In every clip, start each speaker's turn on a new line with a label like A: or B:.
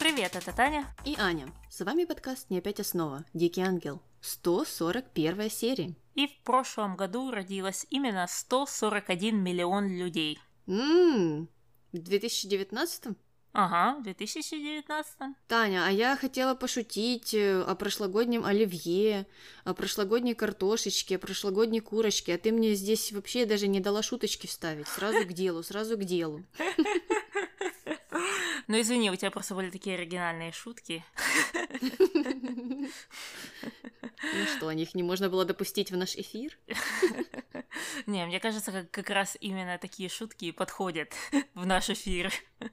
A: Привет, это Таня
B: и Аня. С вами подкаст «Не опять основа. Дикий ангел». 141 серия.
A: И в прошлом году родилось именно 141 миллион людей.
B: В 2019?
A: Ага, в 2019.
B: Таня, а я хотела пошутить о прошлогоднем оливье, о прошлогодней картошечке, о прошлогодней курочке, а ты мне здесь вообще даже не дала шуточки вставить. Сразу к делу, сразу к делу.
A: Ну, извини, у тебя просто были такие оригинальные шутки.
B: Ну что, о них не можно было допустить в наш эфир?
A: Не, мне кажется, как раз именно такие шутки подходят в наш эфир.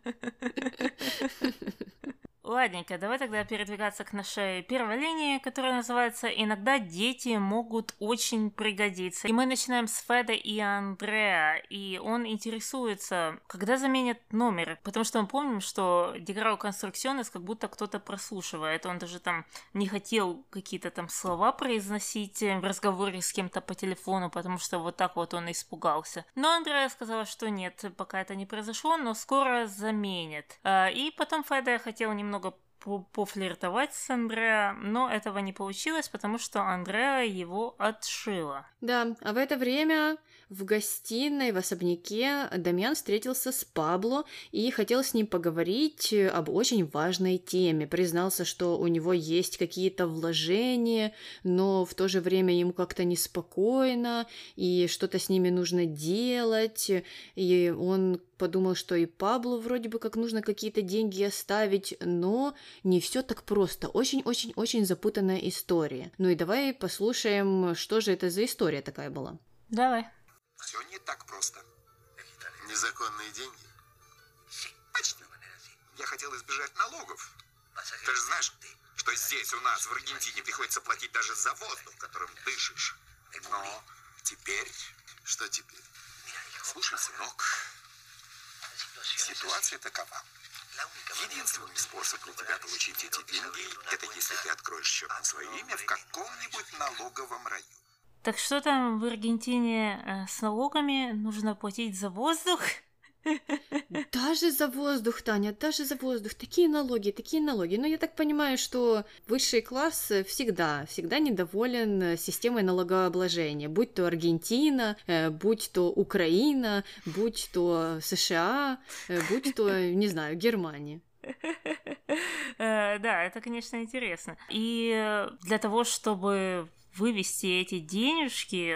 A: Ладненько, давай тогда передвигаться к нашей первой линии, которая называется «Иногда дети могут очень пригодиться». И мы начинаем с Феда и Андреа, и он интересуется, когда заменят номер, потому что мы помним, что Деграу Конструкционес как будто кто-то прослушивает, он даже там не хотел какие-то там слова произносить в разговоре с кем-то по телефону, потому что вот так вот он испугался. Но Андреа сказала, что нет, пока это не произошло, но скоро заменят. И потом Феда хотел немного пофлиртовать с Андреа, но этого не получилось, потому что Андреа его отшила.
B: Да, а в это время в гостиной, в особняке Дамьян встретился с Пабло и хотел с ним поговорить об очень важной теме. Признался, что у него есть какие-то вложения, но в то же время ему как-то неспокойно, и что-то с ними нужно делать, и он подумал, что и Паблу вроде бы как нужно какие-то деньги оставить, но не все так просто. Очень-очень-очень запутанная история. Ну и давай послушаем, что же это за история такая была.
A: Давай.
C: Все не так просто. Незаконные деньги? Почти. Я хотел избежать налогов. Ты же знаешь, что здесь у нас, в Аргентине, приходится платить даже за воздух, которым дышишь. Но теперь... Что теперь? Слушай, сынок, ситуация такова. Единственный способ для тебя получить эти деньги, это если ты откроешь счет на свое имя в каком-нибудь налоговом раю.
A: Так что там в Аргентине с налогами? Нужно платить за воздух?
B: Даже за воздух, Таня, даже за воздух. Такие налоги, такие налоги. Но я так понимаю, что высший класс всегда недоволен системой налогообложения. Будь то Аргентина, будь то Украина, будь то США, будь то, не знаю, Германия.
A: Да, это, конечно, интересно. И для того, чтобы вывести эти денежки,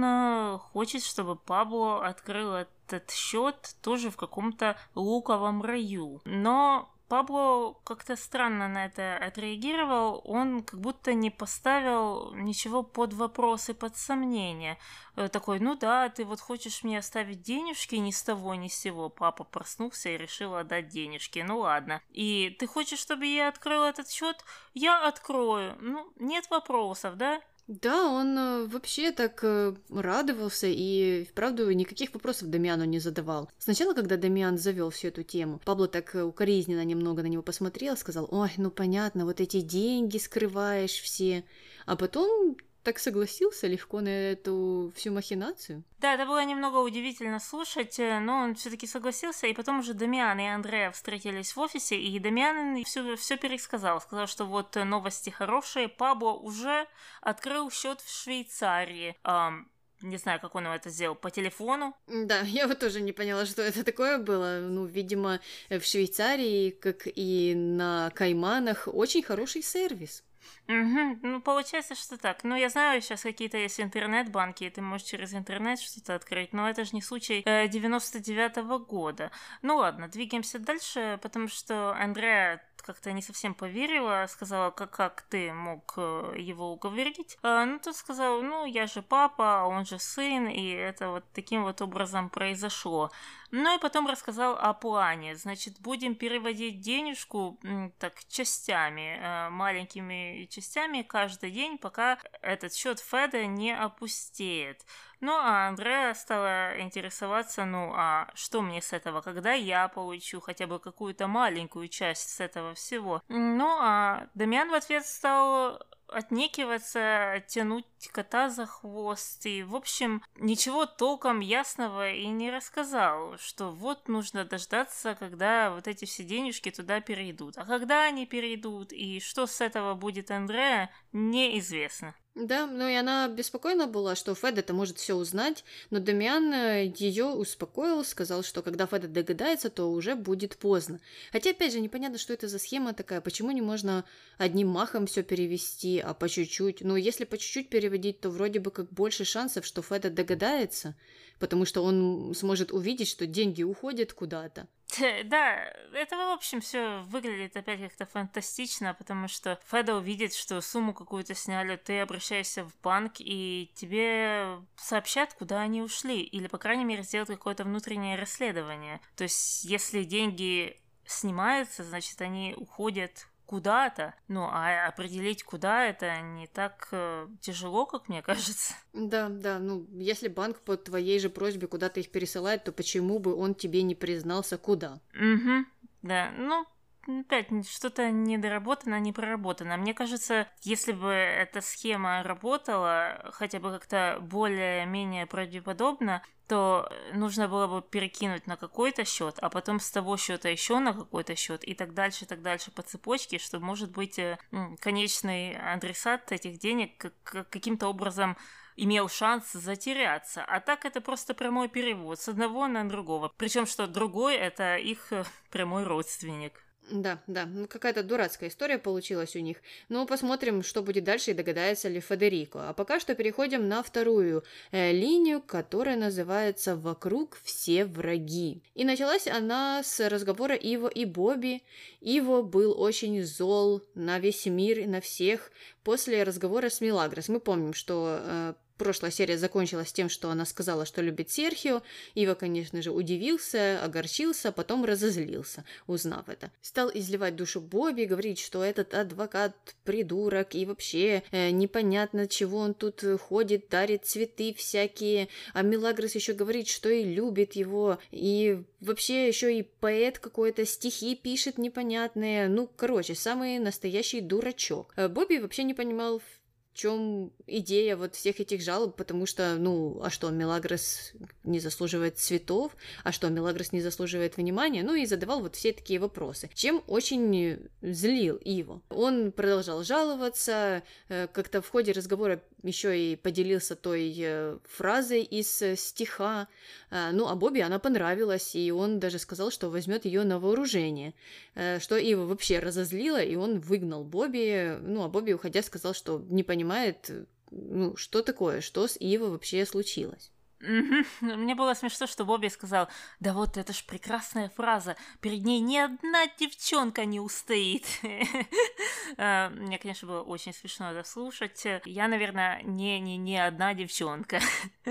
A: он хочет, чтобы Пабло открыл этот счет тоже в каком-то луковом раю. Но Пабло как-то странно на это отреагировал, он как будто не поставил ничего под вопрос и под сомнение. Такой, ну да, ты вот хочешь мне оставить денежки ни с того ни с сего. Папа проснулся и решил отдать денежки, ну ладно. И ты хочешь, чтобы я открыл этот счет? Я открою. Ну, нет вопросов, да?
B: Да, он вообще так радовался и, вправду, никаких вопросов Дамиану не задавал. Сначала, когда Дамиан завел всю эту тему, Пабло так укоризненно немного на него посмотрел, сказал: «Ой, ну понятно, вот эти деньги скрываешь все». А потом так согласился легко на эту всю махинацию.
A: Да, это было немного удивительно слушать, но он все-таки согласился, и потом уже Дамиан и Андреа встретились в офисе, и Дамиан все пересказал. Сказал, что вот новости хорошие, Пабло уже открыл счет в Швейцарии. Не знаю, как он это сделал, по телефону.
B: Да, я вот тоже не поняла, что это такое было. Ну, видимо, в Швейцарии, как и на Кайманах, очень хороший сервис.
A: Угу. Ну, получается, что так. Ну, я знаю, сейчас какие-то есть интернет-банки, и ты можешь через интернет что-то открыть, но это же не случай 99-го года. Ну, ладно, двигаемся дальше, потому что Андреа как-то не совсем поверила, сказала, как ты мог его уговорить. Ну, тот сказал, ну, я же папа, а он же сын, и это вот таким вот образом произошло. Ну, и потом рассказал о плане. Значит, будем переводить денежку так частями, маленькими частями каждый день, пока этот счет Феда не опустеет. Ну, а Андреа стала интересоваться, ну, а что мне с этого, когда я получу хотя бы какую-то маленькую часть с этого всего. Ну, а Дамиан в ответ стал отнекиваться, тянуть кота за хвост. И, в общем, ничего толком ясного и не рассказал, что вот нужно дождаться, когда вот эти все денежки туда перейдут. А когда они перейдут и что с этого будет Андреа, неизвестно.
B: Да, ну и она беспокойна была, что Фед это может все узнать, но Дамиан ее успокоил, сказал, что когда Фед догадается, то уже будет поздно. Хотя, опять же, непонятно, что это за схема такая, почему не можно одним махом все перевести, а по чуть-чуть. Ну, если по чуть-чуть переводить, то вроде бы как больше шансов, что Фед догадается, потому что он сможет увидеть, что деньги уходят куда-то.
A: Да, это, в общем, все выглядит опять как-то фантастично, потому что Феда увидит, что сумму какую-то сняли, ты обращаешься в банк, и тебе сообщат, куда они ушли, или, по крайней мере, сделают какое-то внутреннее расследование. То есть, если деньги снимаются, значит, они уходят куда-то, ну, а определить, куда, это не так тяжело, как мне кажется.
B: Да, ну, если банк по твоей же просьбе куда-то их пересылает, то почему бы он тебе не признался, куда?
A: Угу, да, ну, опять, что-то недоработано, не проработано. Мне кажется, если бы эта схема работала хотя бы как-то более-менее правдеподобно, то нужно было бы перекинуть на какой-то счет, а потом с того счета еще на какой-то счет и так дальше по цепочке, чтобы, может быть, конечный адресат этих денег каким-то образом имел шанс затеряться. А так это просто прямой перевод с одного на другого. Причем, что другой — это их прямой родственник.
B: Да, ну какая-то дурацкая история получилась у них. Ну, посмотрим, что будет дальше и догадается ли Федерико. А пока что переходим на вторую линию, которая называется «Вокруг все враги». И началась она с разговора Иво и Бобби. Иво был очень зол на весь мир и на всех после разговора с Милагрос. Мы помним, что прошлая серия закончилась тем, что она сказала, что любит Серхио. Ива, конечно же, удивился, огорчился, потом разозлился, узнав это. Стал изливать душу Бобби, говорить, что этот адвокат придурок, и вообще непонятно, чего он тут ходит, дарит цветы всякие. А Милагрос еще говорит, что и любит его, и вообще еще и поэт какой-то, стихи пишет непонятные. Ну, короче, самый настоящий дурачок. Бобби вообще не понимал, в чем идея вот всех этих жалоб, потому что, ну, а что, Милагрос не заслуживает цветов, а что, Милагрос не заслуживает внимания, ну и задавал вот все такие вопросы, чем очень злил Иво. Он продолжал жаловаться, как-то в ходе разговора еще и поделился той фразой из стиха, ну, а Бобби она понравилась, и он даже сказал, что возьмет ее на вооружение, что Иво вообще разозлило, и он выгнал Бобби, ну, а Бобби, уходя, сказал, что не понимает, ну, что такое, что с Иво вообще случилось.
A: Мне было смешно, что Бобби сказал: да вот это ж прекрасная фраза, перед ней ни одна девчонка не устоит. Мне, конечно, было очень смешно это слушать. Я, наверное, не одна девчонка.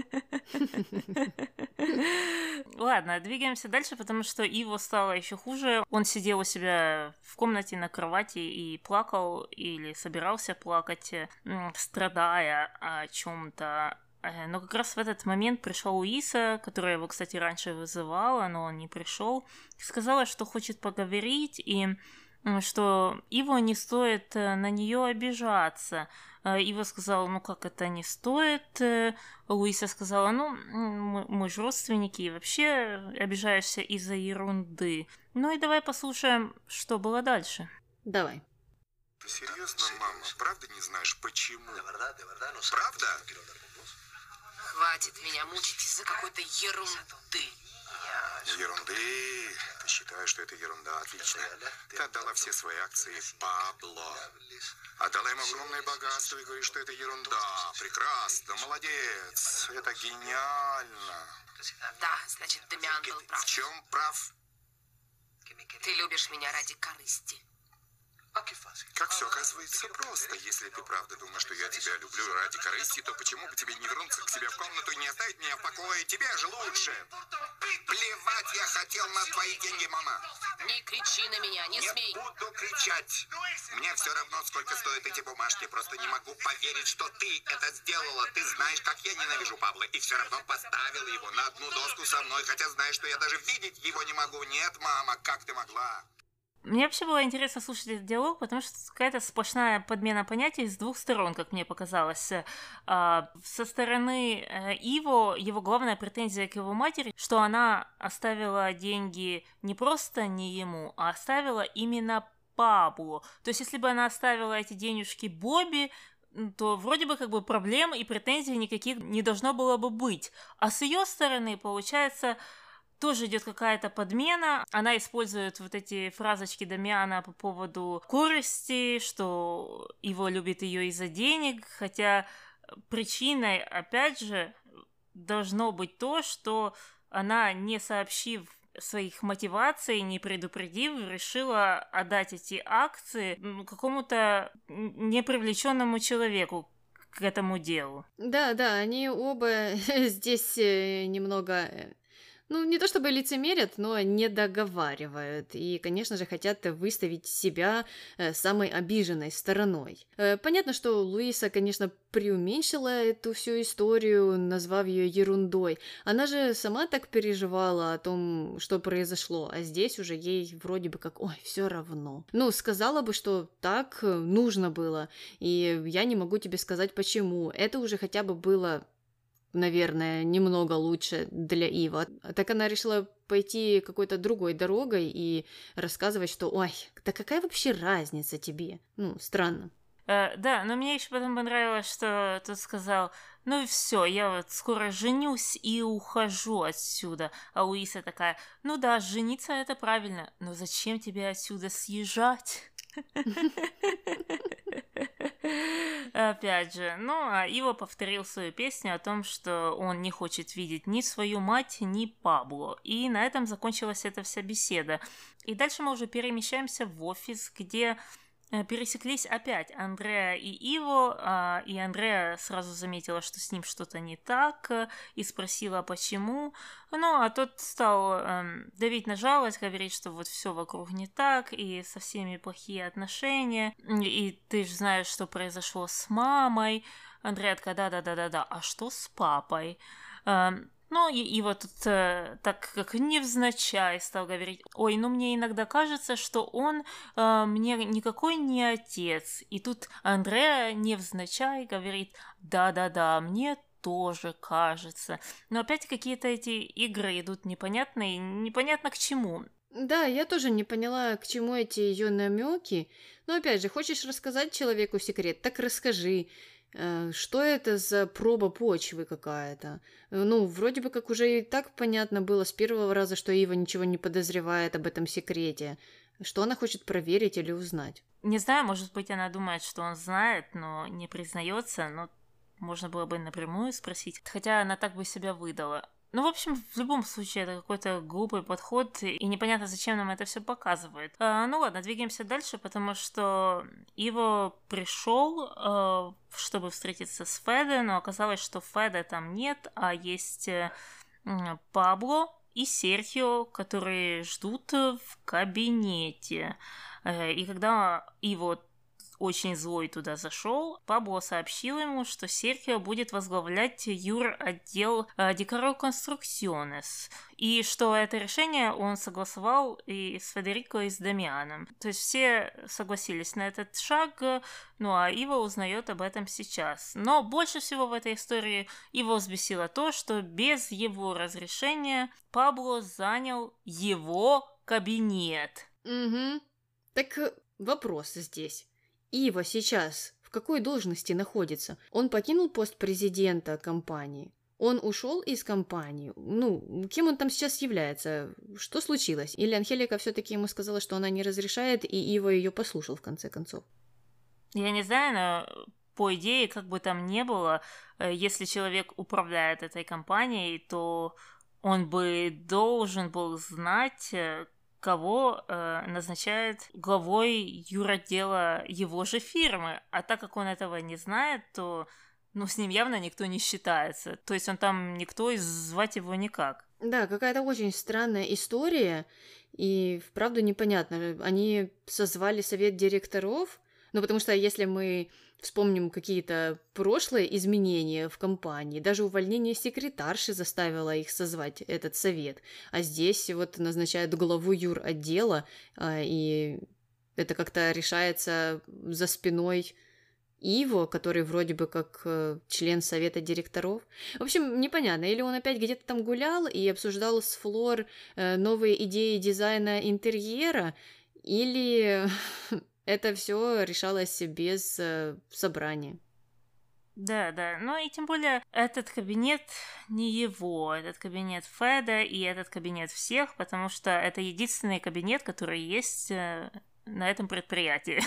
A: Ладно, двигаемся дальше, потому что Иво стало еще хуже. Он сидел у себя в комнате на кровати и плакал или собирался плакать, страдая о чем-то. Но как раз в этот момент пришла Луиса, которая его, кстати, раньше вызывала, но он не пришел. Сказала, что хочет поговорить, и что Иво не стоит на нее обижаться. Иво сказал: ну как это не стоит? Луиса сказала: ну, мы же родственники, и вообще обижаешься из-за ерунды. Ну и давай послушаем, что было дальше.
B: Давай.
C: Ты серьезно, мама? Правда не знаешь, почему? Правда?
D: Хватит меня мучить из-за какой-то ерунды.
C: Ерунды? Ты считаешь, что это ерунда? Отлично. Ты отдала все свои акции Пабло. Отдала им огромное богатство и говоришь, что это ерунда. Прекрасно, молодец. Это гениально.
D: Да, значит, Дамиан был прав.
C: В чем прав?
D: Ты любишь меня ради корысти.
C: Как все оказывается просто. Если ты правда думаешь, что я тебя люблю ради корысти, то почему бы тебе не вернуться к себе в комнату и не оставить меня в покое? Тебе же лучше. Плевать я хотел на твои деньги, мама.
D: Не кричи на меня, не смей.
C: Не буду кричать. Мне все равно, сколько стоят эти бумажки. Просто не могу поверить, что ты это сделала. Ты знаешь, как я ненавижу Пабло. И все равно поставила его на одну доску со мной. Хотя знаешь, что я даже видеть его не могу. Нет, мама, как ты могла?
A: Мне вообще было интересно слушать этот диалог, потому что какая-то сплошная подмена понятий с двух сторон, как мне показалось. Со стороны Иво, его главная претензия к его матери, что она оставила деньги не просто не ему, а оставила именно Пабло. То есть, если бы она оставила эти денежки Бобби, то вроде бы как бы проблем и претензий никаких не должно было бы быть. А с ее стороны, получается, тоже идет какая-то подмена. Она использует вот эти фразочки Дамиана по поводу корысти, что его любит ее из-за денег, хотя причиной, опять же, должно быть то, что она, не сообщив своих мотиваций, не предупредив, решила отдать эти акции какому-то непривлеченному человеку к этому делу.
B: Да, они оба здесь немного... не то чтобы лицемерят, но не договаривают. И, конечно же, хотят выставить себя самой обиженной стороной. Понятно, что Луиса, конечно, преуменьшила эту всю историю, назвав ее ерундой. Она же сама так переживала о том, что произошло, а здесь уже ей вроде бы как, ой, все равно. Сказала бы, что так нужно было, и я не могу тебе сказать почему. Это уже хотя бы было... наверное, немного лучше для Ива. Так она решила пойти какой-то другой дорогой и рассказывать, что «Ой, да какая вообще разница тебе?» Странно.
A: Да, но мне еще потом понравилось, что тот сказал: ну и все, я вот скоро женюсь и ухожу отсюда. А Луиса такая: ну да, жениться это правильно, но зачем тебе отсюда съезжать? Опять же, а Иво повторил свою песню о том, что он не хочет видеть ни свою мать, ни Пабло. И на этом закончилась эта вся беседа. И дальше мы уже перемещаемся в офис, где пересеклись опять Андреа и Иво, и Андреа сразу заметила, что с ним что-то не так, и спросила, почему. А тот стал давить на жалость, говорить, что вот все вокруг не так, и со всеми плохие отношения, и ты же знаешь, что произошло с мамой. Андреа такая: да, а что с папой? И вот тут так как невзначай стал говорить: ой, мне иногда кажется, что он мне никакой не отец. И тут Андреа невзначай говорит: да, мне тоже кажется. Но опять какие-то эти игры идут непонятные, непонятно к чему.
B: Да, я тоже не поняла, к чему эти ее намеки. Но опять же, хочешь рассказать человеку секрет, так расскажи. Что это за проба почвы какая-то? Вроде бы как уже и так понятно было с первого раза, что Ива ничего не подозревает об этом секрете. Что она хочет проверить или узнать?
A: Не знаю, может быть, она думает, что он знает, но не признается, но можно было бы напрямую спросить. Хотя она так бы себя выдала. В общем, в любом случае, это какой-то глупый подход, и непонятно, зачем нам это все показывает. Ладно, двигаемся дальше, потому что Иво пришел, чтобы встретиться с Феде, но оказалось, что Феде там нет, а есть Пабло и Серхио, которые ждут в кабинете. И когда Иво очень злой туда зашел, Пабло сообщил ему, что Серхио будет возглавлять юр-отдел Декоро Конструкционес, и что это решение он согласовал и с Федерико, и с Дамианом. То есть все согласились на этот шаг, а Иво узнает об этом сейчас. Но больше всего в этой истории его взбесило то, что без его разрешения Пабло занял его кабинет.
B: Угу. Так вопрос здесь. Иво сейчас в какой должности находится? Он покинул пост президента компании? Он ушел из компании? Кем он там сейчас является? Что случилось? Или Анхелика все-таки ему сказала, что она не разрешает, и Иво ее послушал в конце концов?
A: Я не знаю, но по идее, как бы там ни было, если человек управляет этой компанией, то он бы должен был знать, кого назначает главой юротдела его же фирмы. А так как он этого не знает, то с ним явно никто не считается. То есть он там никто, и звать его никак.
B: Да, какая-то очень странная история, и вправду непонятно. Они созвали совет директоров, Ну, потому что если мы вспомним какие-то прошлые изменения в компании, даже увольнение секретарши заставило их созвать этот совет, а здесь вот назначают главу юротдела, и это как-то решается за спиной Иво, который вроде бы как член совета директоров. В общем, непонятно, или он опять где-то там гулял и обсуждал с Флор новые идеи дизайна интерьера, или это все решалось без собрания.
A: Да. Ну и тем более этот кабинет не его, этот кабинет Феда и этот кабинет всех, потому что это единственный кабинет, который есть на этом предприятии.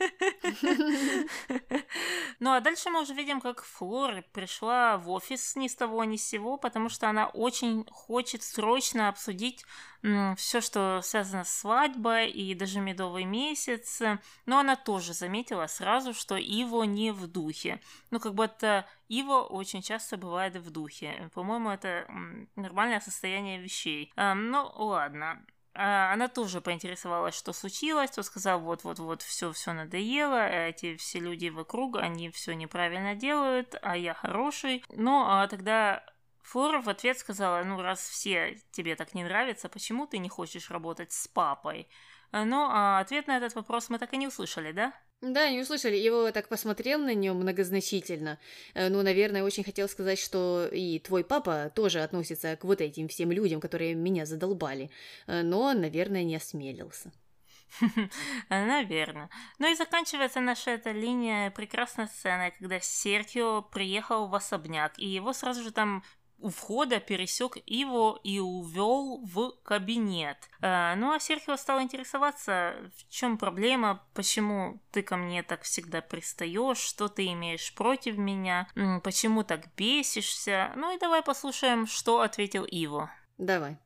A: Ну а дальше мы уже видим, как Флор пришла в офис ни с того ни с сего, потому что она очень хочет срочно обсудить все, что связано с свадьбой и даже медовый месяц. Но она тоже заметила сразу, что Иво не в духе. Ну как будто Иво очень часто бывает в духе. По-моему, это нормальное состояние вещей. Ну ладно. Она тоже поинтересовалась, что случилось, то сказал, вот, все надоело, эти все люди вокруг, они все неправильно делают, а я хороший. Ну, а тогда Флора в ответ сказала, ну, раз все тебе так не нравятся, почему ты не хочешь работать с папой? Ну, а ответ на этот вопрос мы так и не услышали, да?
B: Да, не услышали. Его так посмотрел на нее многозначительно. Ну, наверное, очень хотел сказать, что и твой папа тоже относится к вот этим всем людям, которые меня задолбали. Но, наверное, не осмелился.
A: Наверное. Ну и заканчивается наша эта линия прекрасной сценой, когда Серхио приехал в особняк, и его сразу же там у входа пересек Иво и увел в кабинет. Ну а Серхио стал интересоваться, в чем проблема, почему ты ко мне так всегда пристаешь, что ты имеешь против меня, почему так бесишься. Ну и давай послушаем, что ответил Иво.
B: Давай.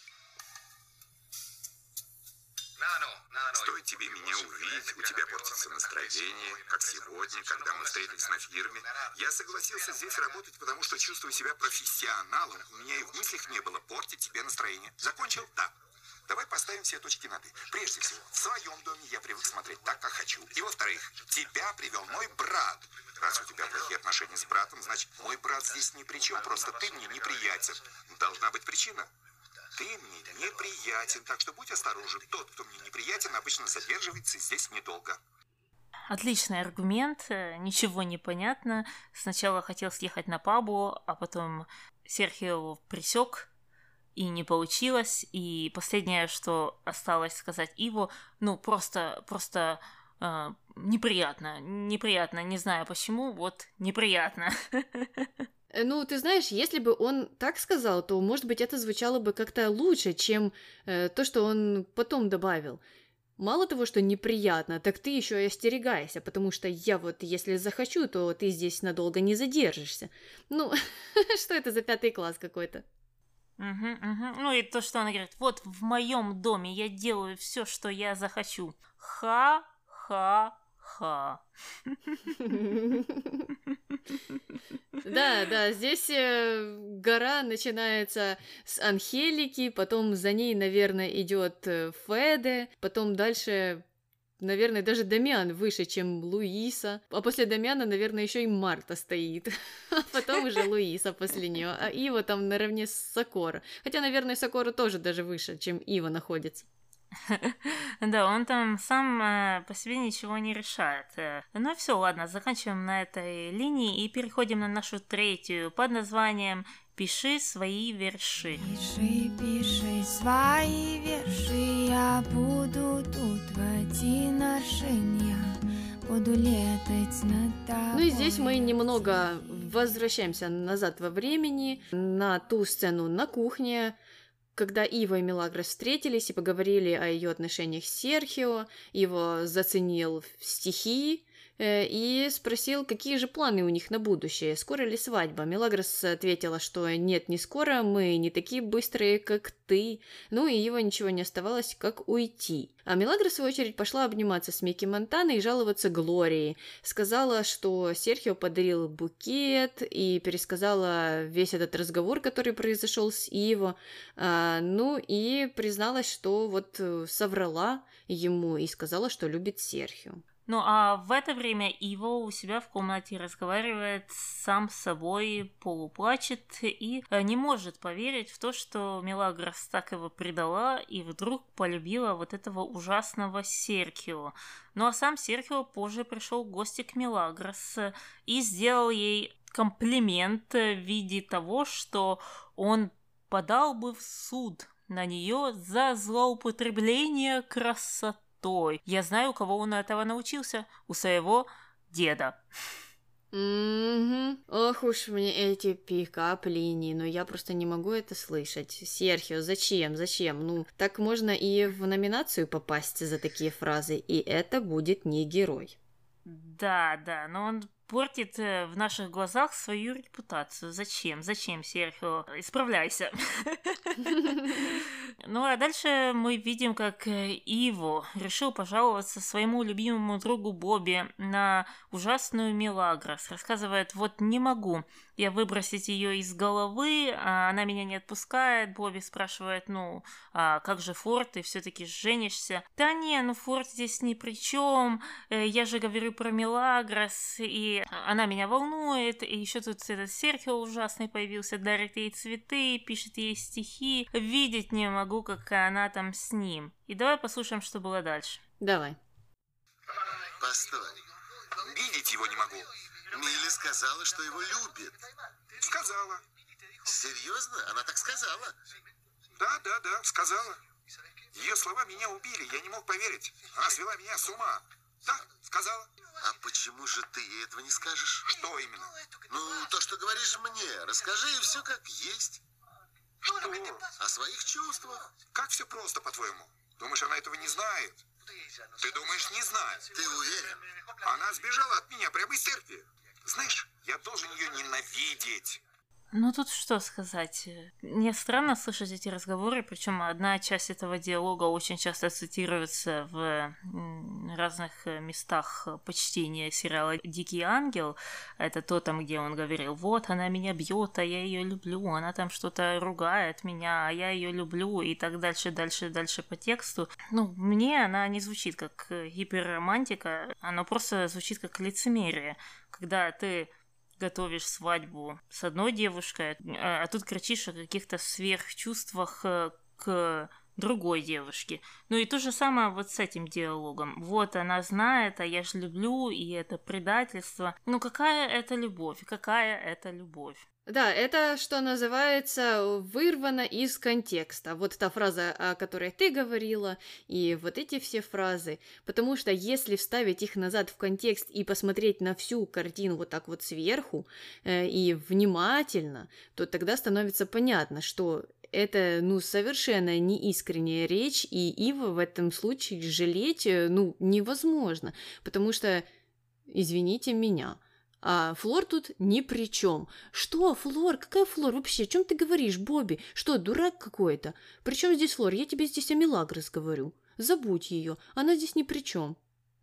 C: Стоит тебе меня увидеть, у тебя портится настроение, как сегодня, когда мы встретились на фирме. Я согласился здесь работать, потому что чувствую себя профессионалом. У меня и в мыслях не было портить тебе настроение. Закончил? Да. Давай поставим все точки над «и». Прежде всего, в своем доме я привык смотреть так, как хочу. И во-вторых, тебя привел мой брат. Раз у тебя плохие отношения с братом, значит, мой брат здесь ни при чем, просто ты мне неприятен. Должна быть причина. Ты мне неприятен, так что будь осторожен. Тот, кто мне неприятен, обычно задерживается здесь недолго.
A: Отличный аргумент, ничего не понятно. Сначала хотел съехать на Пабло, а потом Серхио пресек, и не получилось. И последнее, что осталось сказать Иво, ну просто неприятно, не знаю почему, вот неприятно.
B: Ну, ты знаешь, если бы он так сказал, то, может быть, это звучало бы как-то лучше, чем то, что он потом добавил. Мало того, что неприятно, так ты еще и остерегайся, потому что я вот, если захочу, то ты здесь надолго не задержишься. Ну, что это за 5 класс какой-то?
A: Ну и то, что она говорит, вот в моем доме я делаю все, что я захочу. Ха-ха-ха.
B: Да, здесь гора начинается с Анхелики, потом за ней, наверное, идет Феде, потом дальше, наверное, даже Дамиан выше, чем Луиса, а после Дамиана, наверное, еще и Марта стоит, а потом уже Луиса после нее, а Ива там наравне с Сокоро, хотя, наверное, Сокоро тоже даже выше, чем Ива находится.
A: Да, он там сам по себе ничего не решает. Ну все, ладно, заканчиваем на этой линии и переходим на нашу третью под названием «Пиши свои верши».
E: Пиши свои верши, я буду тут в один аршин, я буду летать над тобой.
B: Ну и здесь мы немного возвращаемся назад во времени, на ту сцену на кухне, когда Ива и Мелагрос встретились и поговорили о ее отношениях с Серхио. Ива заценил стихи и спросил, какие же планы у них на будущее, скоро ли свадьба. Мелагрос ответила, что нет, не скоро, мы не такие быстрые, как ты. Ну и Ива ничего не оставалось, как уйти. А Мелагрос, в свою очередь, пошла обниматься с Микки Монтаной и жаловаться Глории. Сказала, что Серхио подарил букет и пересказала весь этот разговор, который произошел с Иво. Ну и призналась, что вот соврала ему и сказала, что любит Серхио.
A: Ну а в это время Иво у себя в комнате разговаривает сам с собой, полуплачет и не может поверить в то, что Мелагрос так его предала и вдруг полюбила вот этого ужасного Серхио. Ну а сам Серхио позже пришел в гости к Мелагрос и сделал ей комплимент в виде того, что он подал бы в суд на нее за злоупотребление красотой. Я знаю, у кого он этого научился. У своего деда.
B: Ох уж мне эти пикап-линии, но я просто не могу это слышать. Серхио, зачем? Ну, так можно и в номинацию попасть за такие фразы, и это будет не герой.
A: Да, но он портит в наших глазах свою репутацию. Зачем, Серхио? Исправляйся. Ну, а дальше мы видим, как Иво решил пожаловаться своему любимому другу Бобби на ужасную Мелагрос. Рассказывает, вот не могу я выбросить ее из головы, а она меня не отпускает. Бобби спрашивает, ну, а как же Форд, ты все-таки женишься? Да не, ну Форд здесь ни при чем. Я же говорю про Мелагрос, и она меня волнует, и еще тут этот Серхио ужасный появился, дарит ей цветы, пишет ей стихи, видеть не могу, как она там с ним. И давай послушаем, что было дальше.
B: Давай.
C: Постой. Видеть его не могу. Милли сказала, что его любит. Сказала. Серьезно? Она так сказала? Да, сказала. Ее слова меня убили, я не мог поверить. Она свела меня с ума. Да, сказала. А почему же ты ей этого не скажешь? Что именно? Ну, то, что говоришь мне. Расскажи ей все как есть. Что? О своих чувствах. Как все просто, по-твоему? Думаешь, она этого не знает? Ты думаешь, не знает? Ты уверен? Она сбежала от меня прямо из церкви. Знаешь, я должен ее ненавидеть.
A: Ну тут что сказать. Мне странно слышать эти разговоры, причем одна часть этого диалога очень часто цитируется в разных местах почтения сериала «Дикий ангел». Это то там, где он говорил, вот она меня бьет, а я ее люблю, она там что-то ругает меня, а я ее люблю, и так дальше по тексту. Ну, мне она не звучит как гиперромантика, она просто звучит как лицемерие, когда ты готовишь свадьбу с одной девушкой, а тут кричишь о каких-то сверхчувствах к другой девушке. Ну и то же самое вот с этим диалогом. Вот она знает, а я же люблю, и это предательство. Ну какая это любовь? Какая это любовь?
B: Да, это, что называется, вырвано из контекста. Вот та фраза, о которой ты говорила, и вот эти все фразы. Потому что если вставить их назад в контекст и посмотреть на всю картину вот так вот сверху и внимательно, то тогда становится понятно, что это, совершенно неискренняя речь, и Ива в этом случае жалеть, невозможно. Потому что, извините меня, а Флор тут ни при чем. Что, Флор? Какая Флор вообще? О чем ты говоришь, Бобби? Что, дурак какой-то? Причем здесь Флор? Я тебе здесь о Мелагрос говорю. Забудь ее. Она здесь ни при чем.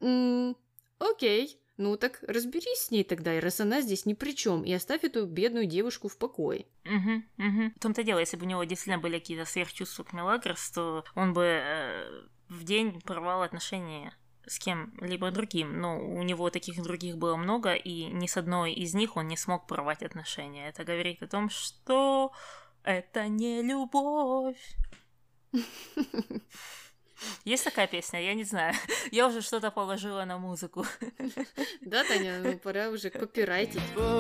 B: Окей. Ну так разберись с ней тогда, раз она здесь ни при чем, и оставь эту бедную девушку в покое.
A: В том-то дело, если бы у него действительно были какие-то сверхчувства к Мелагрос, то он бы в день порвал отношения с кем-либо другим. Но у него таких других было много, и ни с одной из них он не смог порвать отношения. Это говорит о том, что это не любовь. Есть такая песня? Я не знаю. Я уже что-то положила на музыку.
B: Да, Таня, пора уже копирайтить.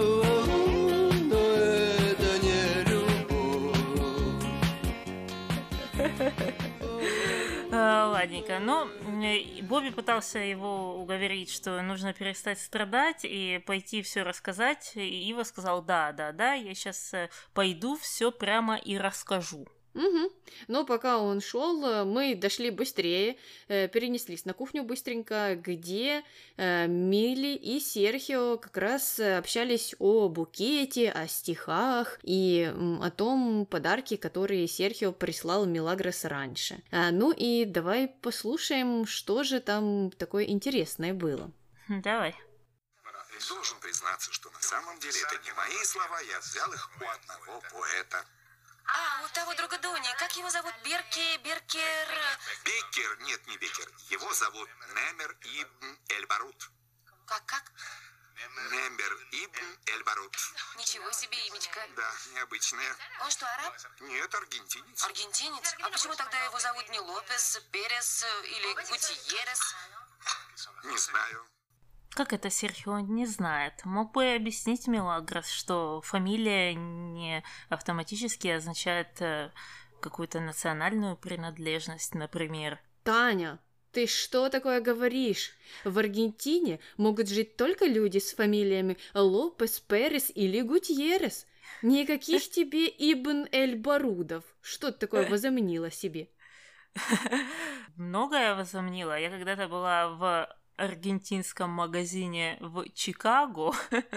A: Ладненько, но Бобби пытался его уговорить, что нужно перестать страдать и пойти все рассказать, и Ива сказал, да, я сейчас пойду все прямо и расскажу.
B: Угу. Но пока он шел, мы дошли быстрее, перенеслись на кухню быстренько, где Милли и Серхио как раз общались о букете, о стихах и о том подарке, который Серхио прислал Мелагрос раньше. Ну и давай послушаем, что же там такое интересное было.
A: Давай.
C: Должен признаться, что на самом деле это не мои слова, я взял их у одного поэта.
D: А, у того друга Дони. Как его зовут? Беркер...
C: Беккер, нет, не Беккер. Его зовут Немер ибн Эль-Барут.
D: Как?
C: Немер ибн Эль-Барут.
D: Ничего себе имечко.
C: Да, необычное.
D: Он что, араб?
C: Нет, аргентинец.
D: Аргентинец? А почему тогда его зовут не Лопес, Перес или Гутиерес?
C: Не знаю.
A: Как это Серхио не знает? Мог бы объяснить Мелагрос, что фамилия не автоматически означает какую-то национальную принадлежность, например.
B: Таня, ты что такое говоришь? В Аргентине могут жить только люди с фамилиями Лопес, Перес или Гутьеррес. Никаких тебе Ибн Эль-Барудов. Что ты такое возомнила себе?
A: Многое возомнила. Я когда-то была в аргентинском магазине в Чикаго.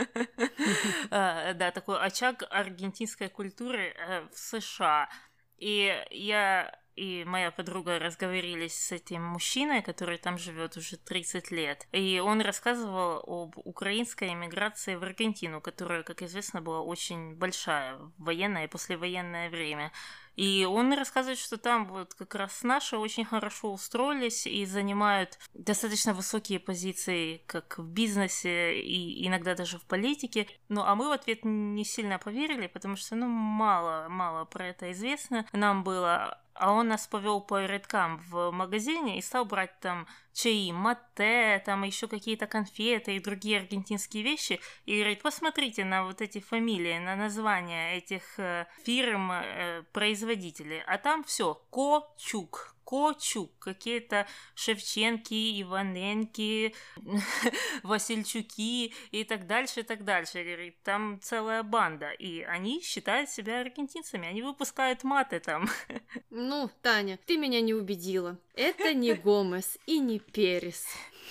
A: Да, такой очаг аргентинской культуры в США. И я и моя подруга разговорились с этим мужчиной, который там живет уже 30 лет. И он рассказывал об украинской эмиграции в Аргентину, которая, как известно, была очень большая в военное и послевоенное время. И он рассказывает, что там вот как раз наши очень хорошо устроились и занимают достаточно высокие позиции как в бизнесе и иногда даже в политике. Ну, а мы в ответ не сильно поверили, потому что, мало про это известно нам было. А он нас повел по рядкам в магазине и стал брать там чаи, матте, там еще какие-то конфеты и другие аргентинские вещи. И говорит, посмотрите на вот эти фамилии, на названия этих фирм, производителей. А там все Кочук, какие-то Шевченки, Иваненки, Васильчуки и так дальше, и так дальше. Говорит, там целая банда. И они считают себя аргентинцами, они выпускают маты там.
B: Ну, Таня, ты меня не убедила. Это не Гомес и не Перес.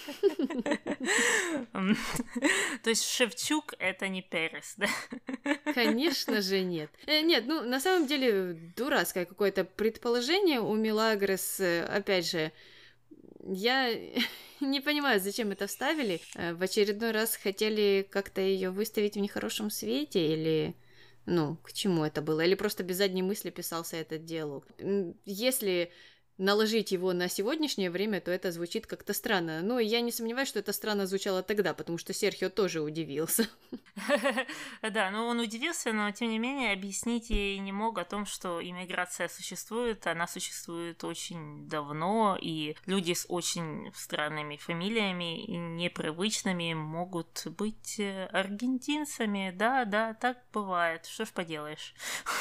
A: То есть Шевчук — это не Перес, да?
B: Конечно же нет. Нет, ну, на самом деле, дурацкое какое-то предположение у Мелагрос. Опять же, я не понимаю, зачем это вставили. В очередной раз хотели как-то ее выставить в нехорошем свете или... Ну, к чему это было? Или просто без задней мысли писался этот диалог? Если наложить его на сегодняшнее время, то это звучит как-то странно. Но я не сомневаюсь, что это странно звучало тогда, потому что Серхио тоже удивился.
A: Да, ну он удивился, но тем не менее объяснить ей не мог о том, что иммиграция существует, она существует очень давно, и люди с очень странными фамилиями и непривычными могут быть аргентинцами. Да, так бывает. Что ж поделаешь.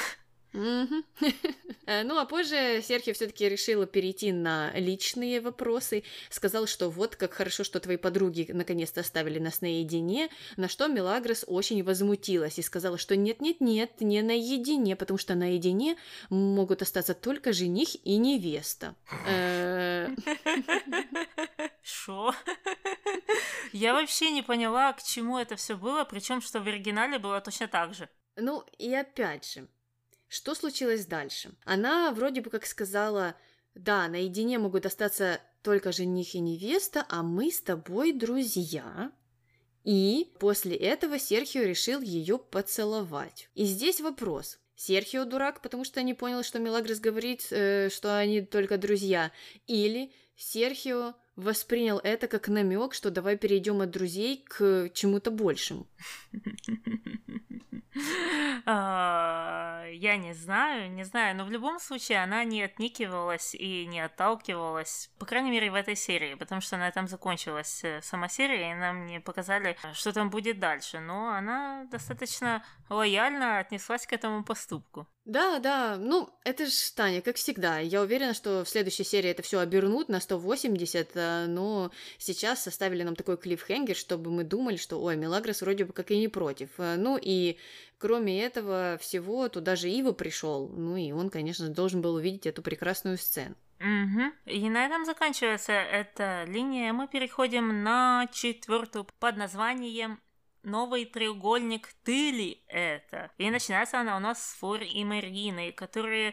B: Ну, а позже Серхио все-таки решила перейти на личные вопросы. Сказал, что вот как хорошо, что твои подруги наконец-то оставили нас наедине, на что Мелагрос очень возмутилась и сказала, что нет, не наедине, потому что наедине могут остаться только жених и невеста.
A: Шо? Я вообще не поняла, к чему это все было, причем что в оригинале было точно так же.
B: Ну, и опять же, что случилось дальше? Она вроде бы как сказала, да, наедине могут остаться только жених и невеста, а мы с тобой друзья. И после этого Серхио решил ее поцеловать. И здесь вопрос. Серхио дурак, потому что не понял, что Мелагрос говорит, что они только друзья. Или Серхио воспринял это как намек, что давай перейдем от друзей к чему-то большему.
A: Я не знаю, но в любом случае она не отникивалась и не отталкивалась, по крайней мере, в этой серии, потому что на этом закончилась сама серия, и нам не показали, что там будет дальше, но она достаточно лояльно отнеслась к этому поступку.
B: Да, ну, это ж, Таня, как всегда. Я уверена, что в следующей серии это все обернут на 180, но сейчас составили нам такой клиффхенгер, чтобы мы думали, что, ой, Мелагрос вроде бы как и не против. Ну и кроме этого всего, туда же Ива пришел, ну и он, конечно, должен был увидеть эту прекрасную сцену.
A: И на этом заканчивается эта линия. Мы переходим на 4-ю под названием «Новый треугольник, ты ли это?» И начинается она у нас с Флори и Марины, которые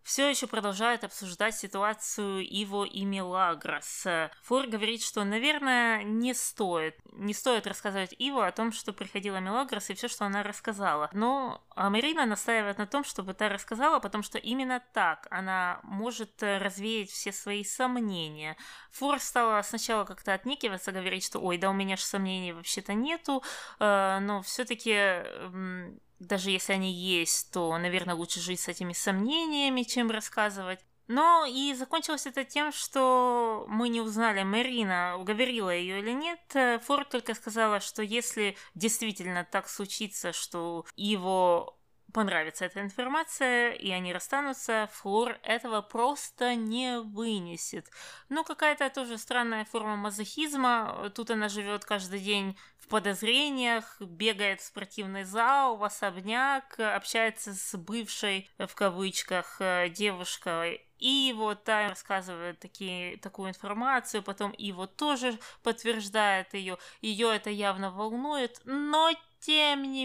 A: все еще продолжают обсуждать ситуацию Иво и Мелагрос. Флор говорит, что, наверное, не стоит рассказывать Иво о том, что приходила Мелагрос и все, что она рассказала. Но Марина настаивает на том, чтобы та рассказала, потому что именно так она может развеять все свои сомнения. Флор стала сначала как-то отнекиваться, говорить, что «Ой, да у меня же сомнений вообще-то нету», но все-таки... Даже если они есть, то, наверное, лучше жить с этими сомнениями, чем рассказывать. Но и закончилось это тем, что мы не узнали, Марина уговорила ее или нет. Флор только сказала, что если действительно так случится, что его понравится эта информация, и они расстанутся, Флор этого просто не вынесет. Ну, какая-то тоже странная форма мазохизма. Тут она живет каждый день в подозрениях, бегает в спортивный зал, в особняк, общается с бывшей, в кавычках, девушкой. И вот та рассказывает такую информацию, потом Иво тоже подтверждает ее. Ее это явно волнует, но тем не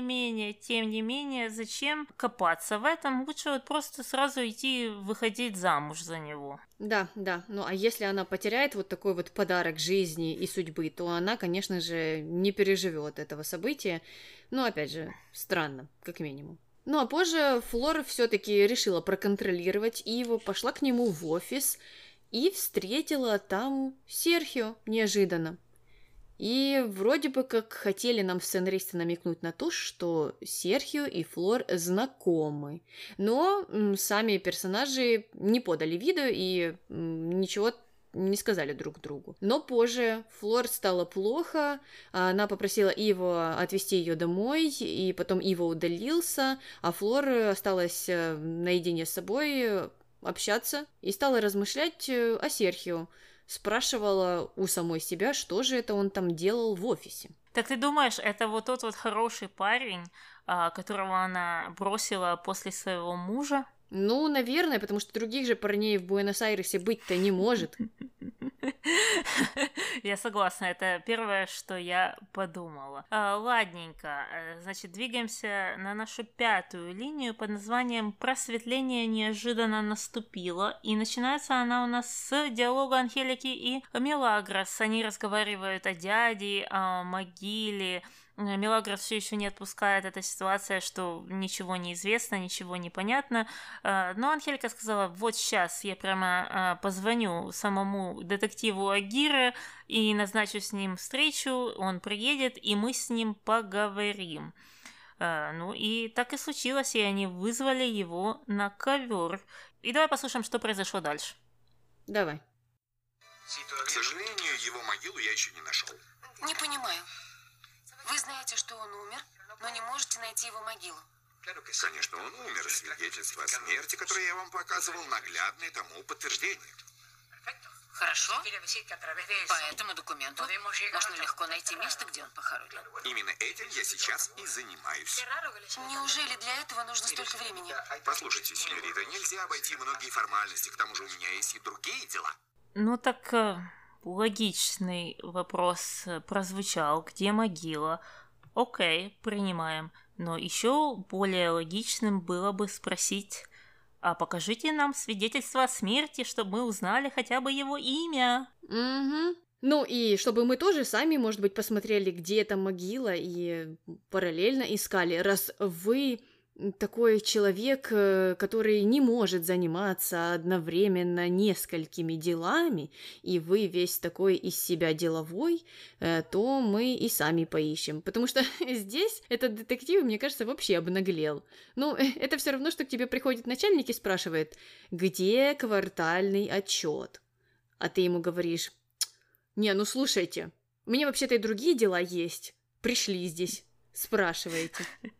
A: менее, зачем копаться в этом? Лучше вот просто сразу идти выходить замуж за него.
B: Да. Ну а если она потеряет вот такой вот подарок жизни и судьбы, то она, конечно же, не переживет этого события. Ну, опять же, странно, как минимум. Ну а позже Флор все-таки решила проконтролировать Иво, пошла к нему в офис и встретила там Серхио неожиданно. И вроде бы как хотели нам сценаристы намекнуть на то, что Серхио и Флор знакомы. Но сами персонажи не подали виду и ничего не сказали друг другу. Но позже Флор стало плохо, она попросила Иво отвезти ее домой, и потом Иво удалился, а Флор осталась наедине с собой общаться и стала размышлять о Серхио. Спрашивала у самой себя, что же это он там делал в офисе.
A: Так ты думаешь, это вот тот вот хороший парень, которого она бросила после своего мужа?
B: Ну, наверное, потому что других же парней в Буэнос-Айресе быть-то не может.
A: Я согласна, это первое, что я подумала. Ладненько, значит, двигаемся на нашу 5-ю линию под названием «Просветление неожиданно наступило». И начинается она у нас с диалога Анхелики и Мелагрос. Они разговаривают о дяде, о могиле. Мелагрос все еще не отпускает эта ситуация, что ничего не известно, ничего не понятно. Но Анхелика сказала, вот сейчас я прямо позвоню самому детективу Агире и назначу с ним встречу, он приедет, и мы с ним поговорим. Ну и так и случилось, и они вызвали его на ковер. И давай послушаем, что произошло дальше.
B: Давай.
C: К сожалению, его могилу я еще не нашел.
D: Не понимаю. Вы знаете, что он умер, но не можете найти его могилу.
C: Конечно, он умер. Свидетельство о смерти, которое я вам показывал, наглядное тому подтверждение.
D: Хорошо. По этому документу можно легко найти место, где он похоронен.
C: Именно этим я сейчас и занимаюсь.
D: Неужели для этого нужно столько времени?
C: Послушайте, сеньорита, нельзя обойти многие формальности. К тому же у меня есть и другие дела.
A: Ну так... Логичный вопрос прозвучал, где могила? Окей, принимаем. Но еще более логичным было бы спросить, а покажите нам свидетельство о смерти, чтобы мы узнали хотя бы его имя.
B: Угу. Ну и чтобы мы тоже сами, может быть, посмотрели, где эта могила, и параллельно искали, раз вы... такой человек, который не может заниматься одновременно несколькими делами, и вы весь такой из себя деловой, то мы и сами поищем. Потому что здесь этот детектив, мне кажется, вообще обнаглел. Ну, это все равно, что к тебе приходит начальник и спрашивает, где квартальный отчет? А ты ему говоришь, не, ну слушайте, у меня вообще-то и другие дела есть. Пришли здесь, спрашиваете.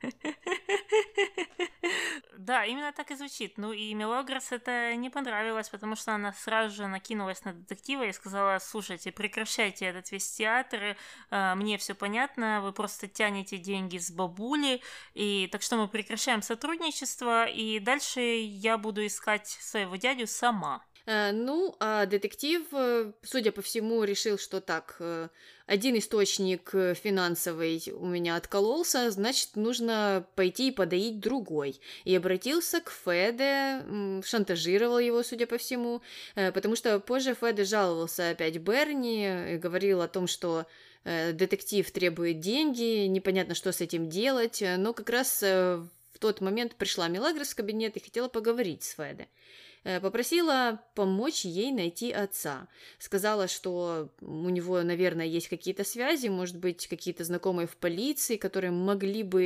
A: Да, именно так и звучит. Ну и Мелагрос это не понравилось, потому что она сразу же накинулась на детектива и сказала, слушайте, прекращайте этот весь театр, мне все понятно, вы просто тянете деньги с бабули, и так что мы прекращаем сотрудничество, и дальше я буду искать своего дядю сама.
B: Ну, а детектив, судя по всему, решил, что так, один источник финансовый у меня откололся, значит, нужно пойти и подоить другой. И обратился к Феде, шантажировал его, судя по всему, потому что позже Феде жаловался опять Берни и говорил о том, что детектив требует деньги, непонятно, что с этим делать, но как раз в тот момент пришла Мелагрос в кабинет и хотела поговорить с Феде. Попросила помочь ей найти отца. Сказала, что у него, наверное, есть какие-то связи, может быть, какие-то знакомые в полиции, которые могли бы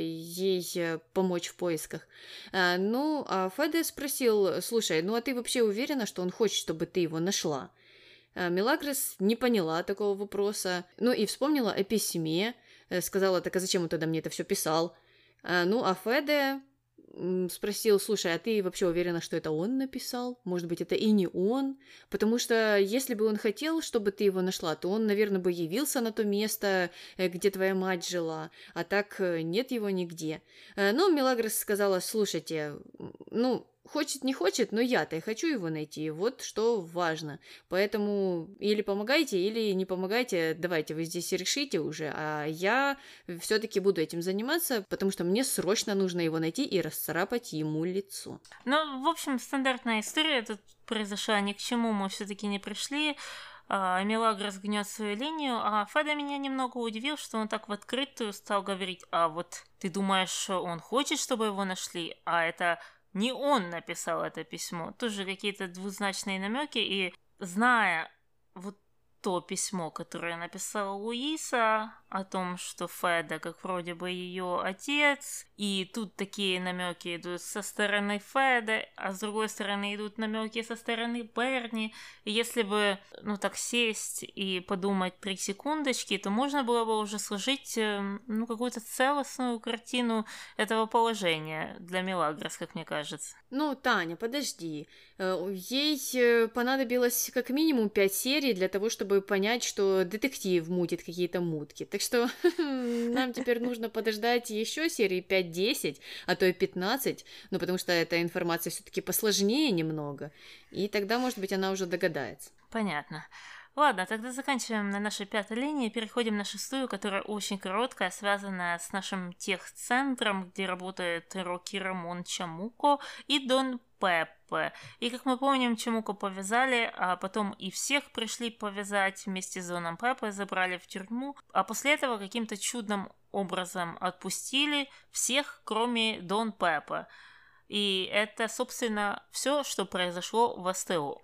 B: ей помочь в поисках. Ну, а Феде спросил: слушай, ну а ты вообще уверена, что он хочет, чтобы ты его нашла? Мелагрос не поняла такого вопроса, ну и вспомнила о письме, сказала: так а зачем он тогда мне это все писал? Ну, а Феде спросил: слушай, а ты вообще уверена, что это он написал? Может быть, это и не он? Потому что если бы он хотел, чтобы ты его нашла, то он, наверное, бы явился на то место, где твоя мать жила, а так нет его нигде. Но Мелагрос сказала: слушайте, ну, хочет не хочет, но я-то хочу его найти, вот что важно. Поэтому или помогайте, или не помогайте, давайте вы здесь решите уже, а я все-таки буду этим заниматься, потому что мне срочно нужно его найти и расцарапать ему лицо.
A: Ну, в общем, стандартная история тут произошла, ни к чему мы все-таки не пришли. Мелагрос гнет свою линию, а Феде меня немного удивил, что он так в открытую стал говорить: а вот ты думаешь, он хочет, чтобы его нашли, а это не он написал это письмо. Тоже какие-то двузначные намеки, и зная вот то письмо, которое написала Луиса о том, что Феде как вроде бы ее отец, и тут такие намеки идут со стороны Феде, а с другой стороны идут намеки со стороны Берни. И если бы, ну, так сесть и подумать 3 секундочки, то можно было бы уже сложить, ну, какую-то целостную картину этого положения для Мелагрос, как мне кажется.
B: Ну, Таня, подожди. Ей понадобилось как минимум 5 серий для того, чтобы понять, что детектив мутит какие-то мутки. Так что нам теперь нужно подождать еще серии 5-10, а то и 15, ну, потому что эта информация все-таки посложнее немного, и тогда, может быть, она уже догадается.
A: Понятно. Ладно, тогда заканчиваем на нашей 5-й линии и переходим на 6-ю, которая очень короткая, связанная с нашим техцентром, где работает Рокки Рамон Чамуко и Дон Пеппе. И, как мы помним, Чамуко повязали, а потом и всех пришли повязать вместе с Доном Пеппе, забрали в тюрьму, а после этого каким-то чудным образом отпустили всех, кроме Дон Пеппе. И это, собственно, все, что произошло в СТО.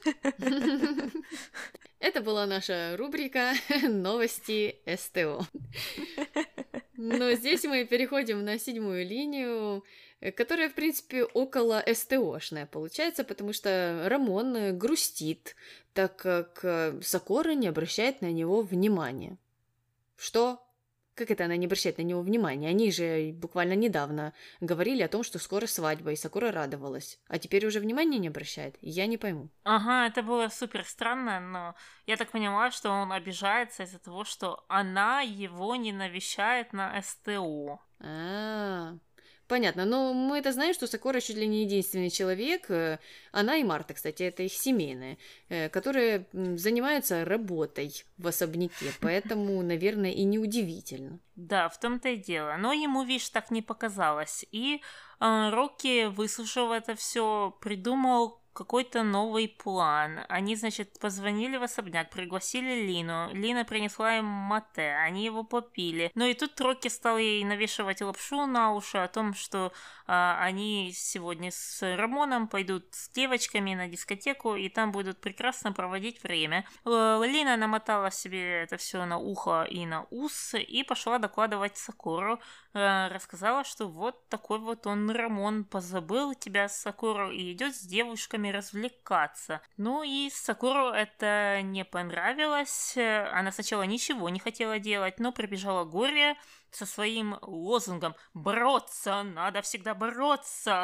B: Это была наша рубрика «Новости СТО». Но здесь мы переходим на 7-ю линию, которая, в принципе, около СТОшная получается, потому что Рамон грустит, так как Сакура не обращает на него внимания. Что? Как это она не обращает на него внимания? Они же буквально недавно говорили о том, что скоро свадьба, и Сакура радовалась. А теперь уже внимания не обращает? Я не пойму.
A: Ага, это было супер странно, но я так поняла, что он обижается из-за того, что она его не навещает на СТО.
B: Понятно, но мы-то знаем, что Сакура чуть ли не единственный человек, она и Марта, кстати, это их семейная, которые занимаются работой в особняке, поэтому, наверное, и неудивительно.
A: Да, в том-то и дело, но ему, видишь, так не показалось, и Рокки, выслушав это все, придумал какой-то новый план. Они, значит, позвонили в особняк, пригласили Лину. Лина принесла им мате, они его попили. Ну и тут Рокки стал ей навешивать лапшу на уши о том, что они сегодня с Рамоном пойдут с девочками на дискотеку, и там будут прекрасно проводить время. Лина намотала себе это все на ухо и на ус и пошла докладывать Сакуру. Рассказала, что вот такой вот он, Рамон, позабыл тебя, Сакуру, и идет с девушками развлекаться. Ну и Сакуру это не понравилось. Она сначала ничего не хотела делать, но прибежала Гория со своим лозунгом «Бороться! Надо всегда бороться!»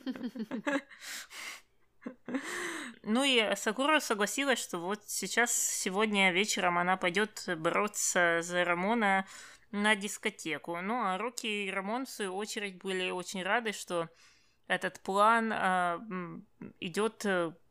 A: Ну и Сакура согласилась, что вот сегодня вечером она пойдет бороться за Рамона на дискотеку. Ну а Рокки и Рамон, в свою очередь, были очень рады, что этот план идет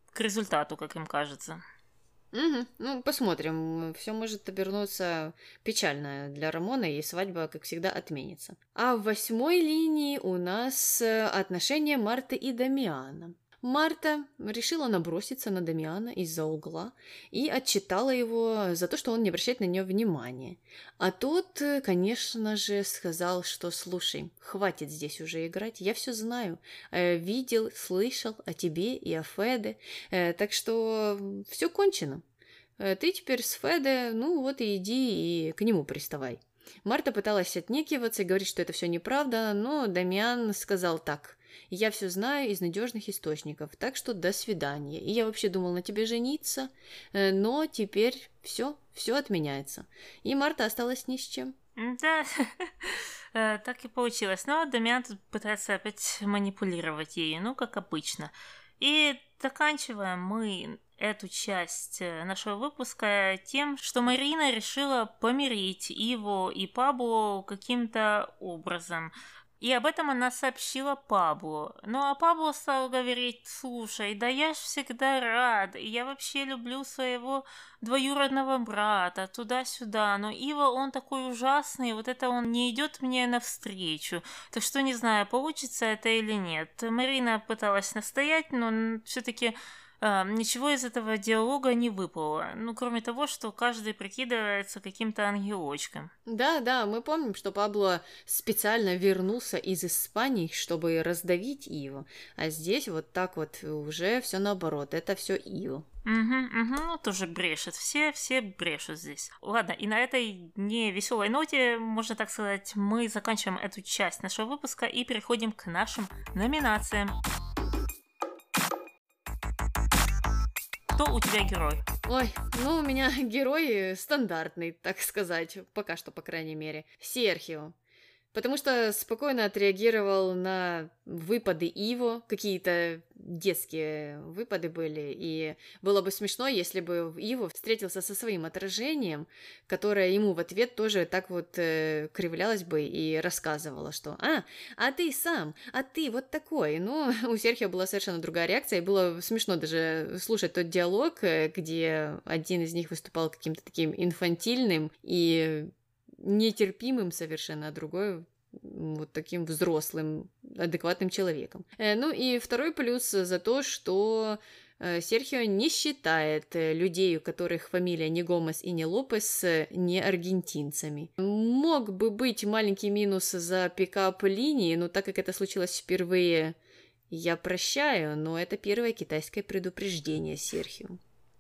A: к результату, как им кажется.
B: Угу. Ну, посмотрим. Все может обернуться печально для Рамона, и свадьба, как всегда, отменится. А в 8-й линии у нас отношения Марты и Дамиана. Марта решила наброситься на Дамиана из-за угла и отчитала его за то, что он не обращает на нее внимания. А тот, конечно же, сказал, что «Слушай, хватит здесь уже играть, я все знаю, видел, слышал о тебе и о Феде, так что все кончено. Ты теперь с Феде, ну вот и иди и к нему приставай». Марта пыталась отнекиваться и говорить, что это все неправда, но Дамиан сказал так: «Я все знаю из надежных источников, так что до свидания. И я вообще думал на тебе жениться, но теперь все отменяется». И Марта осталась ни с чем.
A: Да, так и получилось. Но Дамиан тут пытается опять манипулировать ею, ну, как обычно. И заканчиваем мы эту часть нашего выпуска тем, что Марина решила помирить Иву и Пабло каким-то образом. И об этом она сообщила Пабло. Ну, а Пабло стал говорить: «Слушай, да я ж всегда рад, я вообще люблю своего двоюродного брата, туда-сюда, но Ива, он такой ужасный, вот это он не идет мне навстречу, так что не знаю, получится это или нет». Марина пыталась настоять, но все-таки ничего из этого диалога не выпало. Ну, кроме того, что каждый прикидывается каким-то ангелочком.
B: Да, мы помним, что Пабло специально вернулся из Испании, чтобы раздавить Иву. А здесь вот так вот уже все наоборот. Это все Ива.
A: Ну, тоже брешет. Все брешут здесь. Ладно, и на этой невеселой ноте, можно так сказать, мы заканчиваем эту часть нашего выпуска и переходим к нашим номинациям. Кто у тебя герой?
B: Ой, ну у меня герой стандартный, так сказать, пока что, по крайней мере. Серхио. Потому что спокойно отреагировал на выпады Иво, какие-то детские выпады были, и было бы смешно, если бы Иво встретился со своим отражением, которое ему в ответ тоже так вот кривлялась бы и рассказывала, что «А ты сам, а ты вот такой». Ну, у Серхио была совершенно другая реакция, и было смешно даже слушать тот диалог, где один из них выступал каким-то таким инфантильным и нетерпимым совершенно, а другой вот таким взрослым, адекватным человеком. Ну и второй плюс за то, что Серхио не считает людей, у которых фамилия не Гомес и не Лопес, не аргентинцами. Мог бы быть маленький минус за пикап линии, но так как это случилось впервые, я прощаю, но это первое китайское предупреждение Серхио.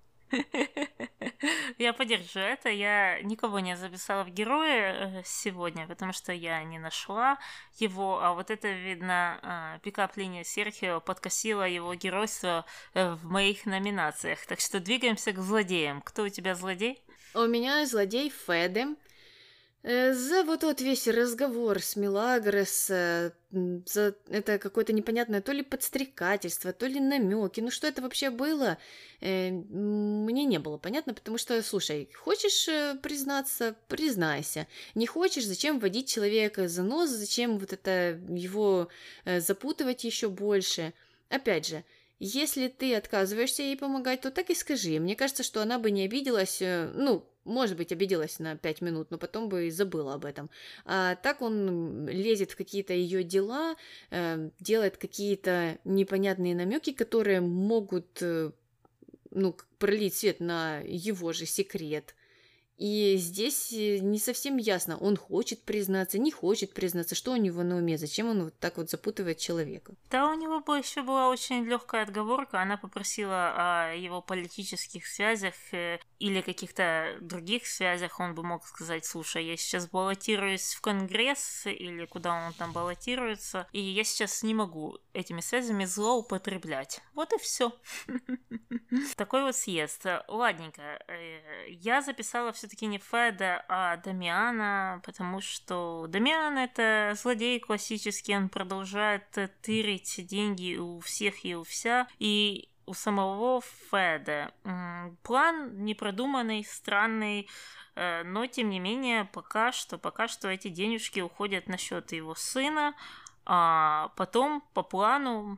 A: Я поддерживаю это. Я никого не записала в героя сегодня, потому что я не нашла его. А вот это, видно, пикап-линия Серхио подкосила его геройство в моих номинациях. Так что двигаемся к злодеям. Кто у тебя злодей?
B: У меня злодей Феде. За вот тот весь разговор с Милагрос, за это какое-то непонятное то ли подстрекательство, то ли намеки. Ну что это вообще было, мне не было понятно, потому что, слушай, хочешь признаться, признайся. Не хочешь, зачем вводить человека за нос, зачем вот это его запутывать еще больше? Опять же, если ты отказываешься ей помогать, то так и скажи. Мне кажется, что она бы не обиделась, может быть, обиделась на 5 минут, но потом бы и забыла об этом. А так он лезет в какие-то ее дела, делает какие-то непонятные намеки, которые могут, пролить свет на его же секрет. И здесь не совсем ясно, он хочет признаться, не хочет признаться, что у него на уме, зачем он вот так вот запутывает человека.
A: Да, у него еще была очень легкая отговорка, она попросила о его политических связях или каких-то других связях, он бы мог сказать: слушай, я сейчас баллотируюсь в Конгресс или куда он там баллотируется, и я сейчас не могу этими связями злоупотреблять. Вот и все. Такой вот съезд. Ладненько, я записала все-таки не Феда, а Дамиана, потому что Дамиан — это злодей классический, он продолжает тырить деньги у всех и у вся, и у самого Феда. План непродуманный, странный, но тем не менее пока что эти денежки уходят на счет его сына, а потом по плану,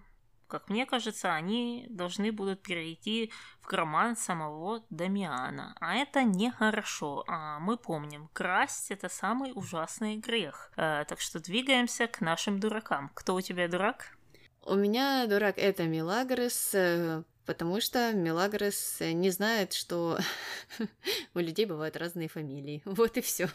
A: как мне кажется, они должны будут перейти в карман самого Дамиана. А это нехорошо. А мы помним, красть — это самый ужасный грех. Так что двигаемся к нашим дуракам. Кто у тебя дурак?
B: У меня дурак — это Мелагрос, потому что Мелагрос не знает, что у людей бывают разные фамилии. Вот и все.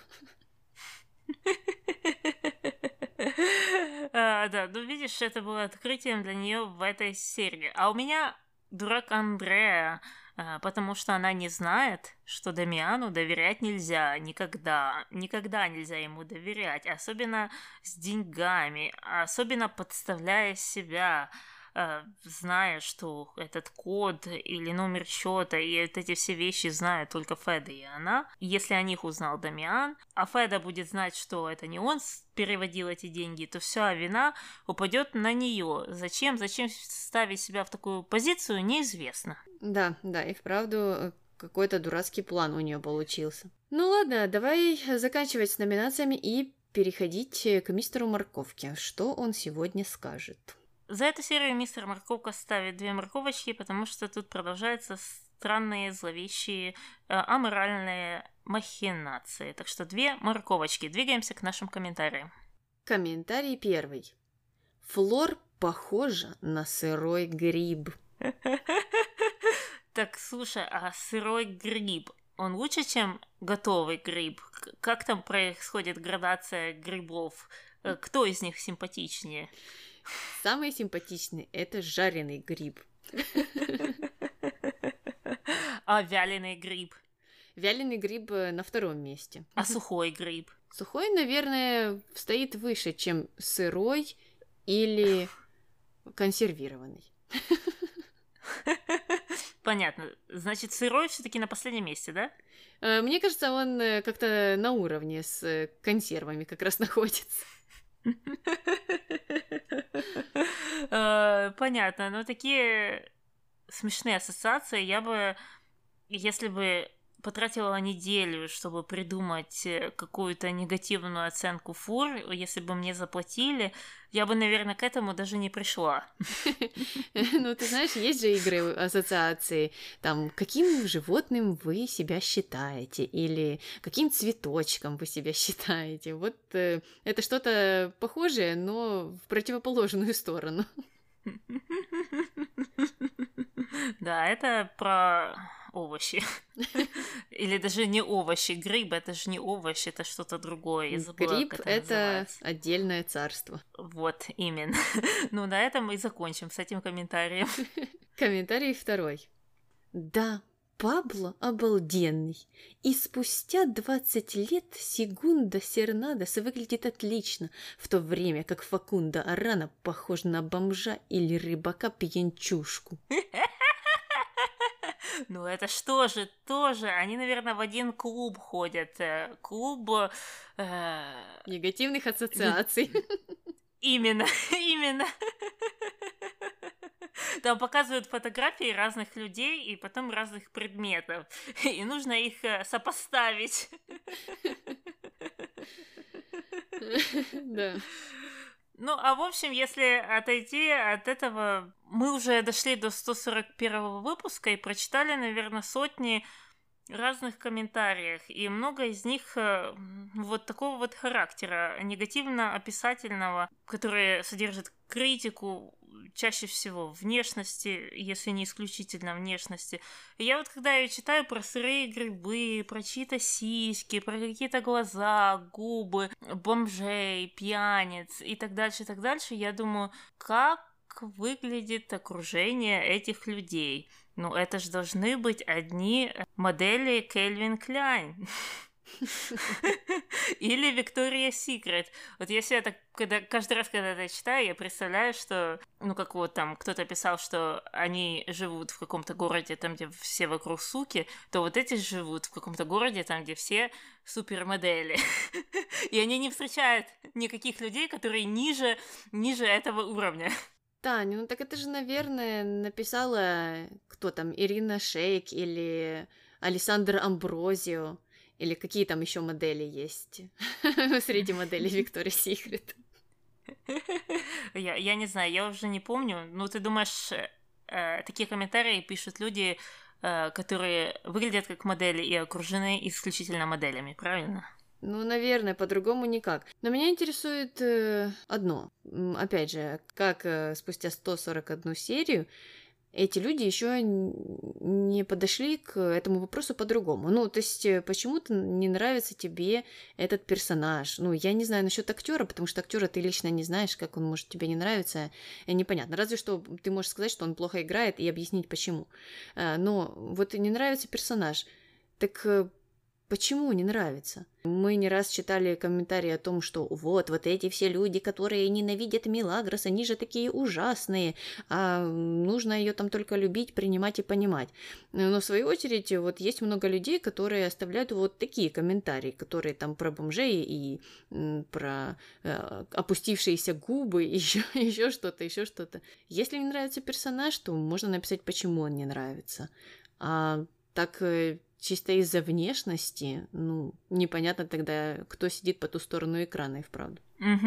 A: Да, ну видишь, это было открытием для нее в этой серии. А у меня дурак Андреа, потому что она не знает, что Дамиану доверять нельзя никогда. Никогда нельзя ему доверять, особенно с деньгами, особенно подставляя себя, зная, что этот код или номер счета и вот эти все вещи знают только Феда и она. Если о них узнал Дамиан, а Феда будет знать, что это не он переводил эти деньги, то вся вина упадет на нее. Зачем ставить себя в такую позицию, неизвестно.
B: Да, и вправду какой-то дурацкий план у нее получился. Ну ладно, давай заканчивать с номинациями и переходить к мистеру Морковке. Что он сегодня скажет?
A: За эту серию мистер Морковка ставит 2 морковочки, потому что тут продолжаются странные, зловещие, аморальные махинации. Так что 2 морковочки. Двигаемся к нашим комментариям.
B: Комментарий 1. Флор похожа на сырой гриб.
A: Так, слушай, а сырой гриб, он лучше, чем готовый гриб? Как там происходит градация грибов? Кто из них симпатичнее?
B: Самый симпатичный — это жареный гриб.
A: А вяленый гриб?
B: Вяленый гриб на 2-м месте.
A: А сухой гриб?
B: Сухой, наверное, стоит выше, чем сырой или консервированный.
A: Понятно. Значит, сырой все-таки на последнем месте, да?
B: Мне кажется, он как-то на уровне с консервами как раз находится.
A: Понятно, но такие смешные ассоциации я бы, если бы потратила неделю, чтобы придумать какую-то негативную оценку фур, если бы мне заплатили, я бы, наверное, к этому даже не пришла.
B: Ну, ты знаешь, есть же игры ассоциации, там, каким животным вы себя считаете, или каким цветочком вы себя считаете. Вот это что-то похожее, но в противоположную сторону.
A: Да, это про овощи. Или даже не овощи. Гриб — это же не овощ, это что-то другое. Я забыла,
B: гриб —
A: как
B: это
A: называется.
B: отдельное царство.
A: Вот, именно. Ну, на этом мы и закончим с этим комментарием.
B: Комментарий 2. Да, Пабло обалденный. И спустя 20 лет Сегунда Сернадос выглядит отлично, в то время как Факундо Арана похож на бомжа или рыбака-пьянчушку.
A: Ну это что же, тоже, они, наверное, в один клуб ходят. Клуб...
B: Негативных ассоциаций.
A: Именно. Там показывают фотографии разных людей и потом разных предметов. И нужно их сопоставить.
B: Да.
A: Ну, а в общем, если отойти от этого, мы уже дошли до 141 выпуска и прочитали, наверное, сотни разных комментариев, и много из них вот такого вот характера, негативно-описательного, которые содержат критику, чаще всего внешности, если не исключительно внешности. И я вот когда я читаю про сырые грибы, про чьи-то сиськи, про какие-то глаза, губы, бомжей, пьяниц и так дальше, я думаю, как выглядит окружение этих людей? Ну, это же должны быть одни модели Кельвин Кляйн. Или Виктория Секрет. Вот если я так, каждый раз, когда это читаю, я представляю, что, ну, как вот там кто-то писал, что они живут в каком-то городе, там, где все вокруг суки, то вот эти живут в каком-то городе, там, где все супермодели. И они не встречают никаких людей, которые ниже этого уровня.
B: Таня, ну так это же, наверное, написала кто там, Ирина Шейк или Алессандро Амброзио, или какие там еще модели есть среди моделей Виктория Секрет.
A: Я не знаю, я уже не помню. Ну, ты думаешь, такие комментарии пишут люди, которые выглядят как модели и окружены исключительно моделями, правильно?
B: Ну, наверное, по-другому никак. Но меня интересует одно. Опять же, как спустя 141 серию эти люди еще не подошли к этому вопросу по-другому. Ну, то есть, почему-то не нравится тебе этот персонаж. Ну, я не знаю насчет актера, потому что актера ты лично не знаешь, как он может тебе не нравиться. Непонятно. Разве что ты можешь сказать, что он плохо играет, и объяснить почему. Но вот не нравится персонаж. Так почему не нравится? Мы не раз читали комментарии о том, что вот эти все люди, которые ненавидят Мелагрос, они же такие ужасные, а нужно ее там только любить, принимать и понимать. Но в свою очередь вот есть много людей, которые оставляют вот такие комментарии, которые там про бомжей и про опустившиеся губы, еще что-то. Если не нравится персонаж, то можно написать, почему он не нравится. А так чисто из-за внешности, ну, непонятно тогда, кто сидит по ту сторону экрана и вправду.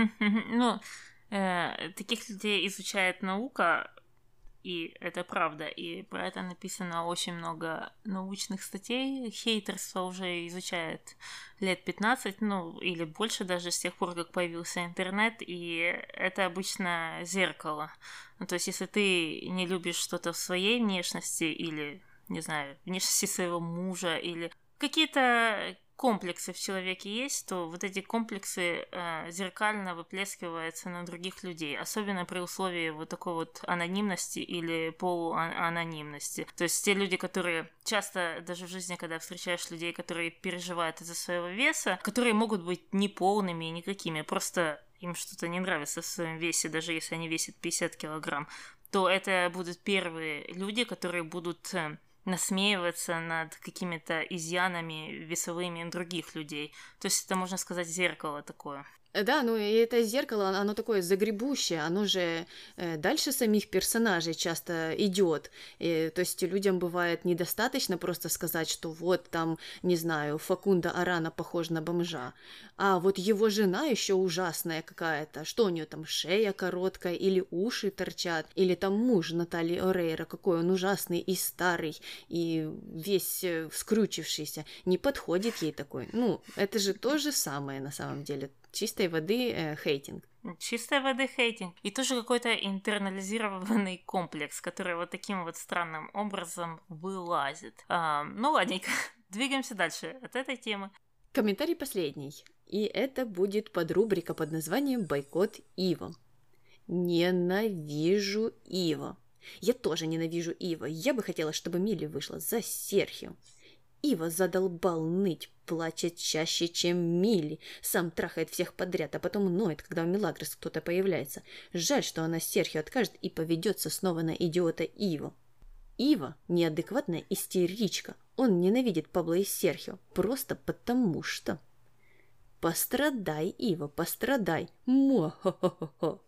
A: Ну, таких людей изучает наука, и это правда, и про это написано очень много научных статей. Хейтерство уже изучает лет 15, ну, или больше даже с тех пор, как появился интернет, и это обычно зеркало. Ну, то есть, если ты не любишь что-то в своей внешности или, не знаю, внешности своего мужа или какие-то комплексы в человеке есть, то вот эти комплексы зеркально выплескиваются на других людей, особенно при условии вот такой вот анонимности или полуанонимности. То есть те люди, которые часто даже в жизни, когда встречаешь людей, которые переживают из-за своего веса, которые могут быть неполными и никакими, просто им что-то не нравится в своем весе, даже если они весят 50 килограмм, то это будут первые люди, которые будут насмеиваться над какими-то изъянами весовыми других людей. То есть это, можно сказать, зеркало такое.
B: Да, ну и это зеркало, оно такое загребущее, оно же дальше самих персонажей часто идет. То есть людям бывает недостаточно просто сказать, что вот там, не знаю, Факундо Арана похож на бомжа, а вот его жена еще ужасная какая-то, что у нее там шея короткая, или уши торчат, или там муж Натальи Орейро, какой он ужасный и старый, и весь скрючившийся, не подходит ей такой. Ну, это же то же самое на самом деле. Чистой воды хейтинг.
A: Чистой воды хейтинг. И тоже какой-то интернализированный комплекс, который вот таким вот странным образом вылазит. Ну ладненько, двигаемся дальше от этой темы.
B: Комментарий последний. И это будет подрубрика под названием «Бойкот Ива». Ненавижу Ива. Я тоже ненавижу Ива. Я бы хотела, чтобы Милли вышла за Серхио. Ива задолбал ныть, плачет чаще, чем Милли. Сам трахает всех подряд, а потом ноет, когда у Мелагрос кто-то появляется. Жаль, что она Серхио откажет и поведется снова на идиота Ива. Ива – неадекватная истеричка. Он ненавидит Пабло и Серхио просто потому что. Пострадай, Ива, пострадай. Мо-хо-хо-хо.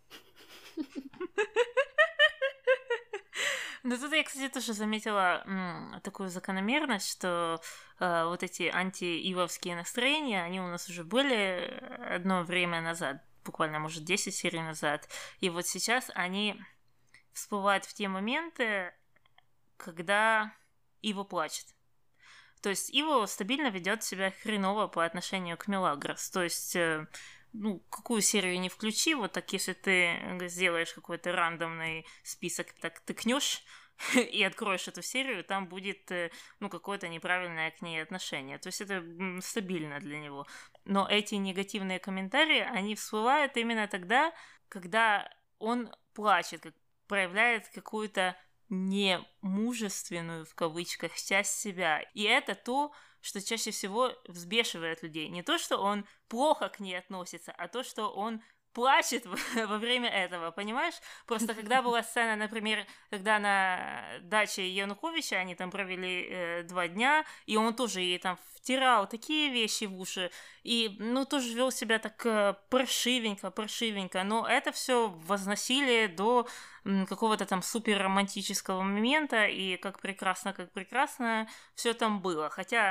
A: Ну, тут я, кстати, тоже заметила такую закономерность, что вот эти антиивовские настроения, они у нас уже были одно время назад, буквально, может, 10 серий назад, и вот сейчас они всплывают в те моменты, когда Ива плачет. То есть Ива стабильно ведет себя хреново по отношению к Мелагрос, то есть... Ну, какую серию не включи, вот так, если ты сделаешь какой-то рандомный список, так тыкнешь и откроешь эту серию, там будет, ну, какое-то неправильное к ней отношение. То есть это стабильно для него. Но эти негативные комментарии, они всплывают именно тогда, когда он плачет, проявляет какую-то немужественную, в кавычках, часть себя. И это то, что чаще всего взбешивает людей. Не то, что он плохо к ней относится, а то, что он плачет во время этого, понимаешь? Просто когда была сцена, например, когда на даче Януковича они там провели 2 дня, и он тоже ей там втирал такие вещи в уши, и, ну, тоже вел себя так паршивенько, но это все возносили до какого-то там супер романтического момента, и как прекрасно все там было. Хотя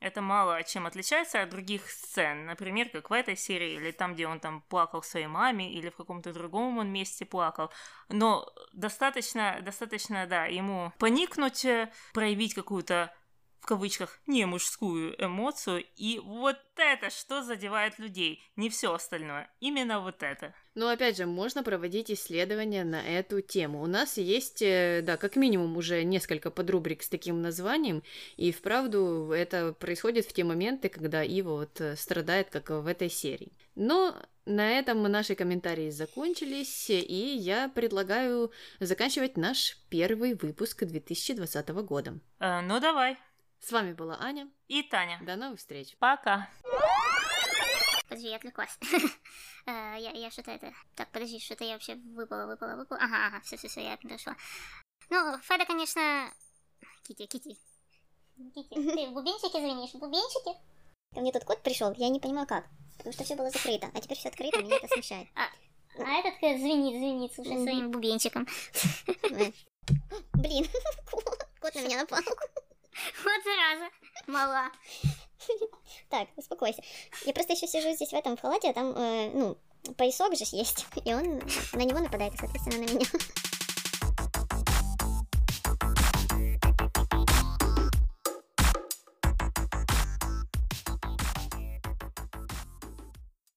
A: это мало чем отличается от других сцен, например, как в этой серии, или там, где он там плакал своей маме, или в каком-то другом он месте плакал. Но достаточно, да, ему поникнуть, проявить какую-то, в кавычках, не мужскую эмоцию, и вот это что задевает людей, не все остальное, именно вот это.
B: Но опять же, можно проводить исследования на эту тему. У нас есть, да, как минимум уже несколько подрубрик с таким названием, и вправду это происходит в те моменты, когда Ива вот страдает, как в этой серии. Но на этом наши комментарии закончились, и я предлагаю заканчивать наш первый выпуск 2020 года.
A: Ну давай.
B: С вами была Аня
A: и Таня.
B: До новых встреч.
A: Пока.
F: Подожди, я отвлеклась. Я что-то это... Так, подожди, что-то я вообще выпала. Ага, все, я дошла. Ну, Феда, конечно... Кити, ты в бубенчике звенишь? Бубенчики? Ко мне тут кот пришел, я не понимаю как. Потому что все было закрыто, а теперь все открыто, меня это смущает. А этот звенит, слушай, своим бубенчиком. Блин, кот на меня напал. Вот зараза, мала. Так, успокойся. Я просто еще сижу здесь в этом халате, а там, поясок же есть, и он на него нападает, и, соответственно, на меня.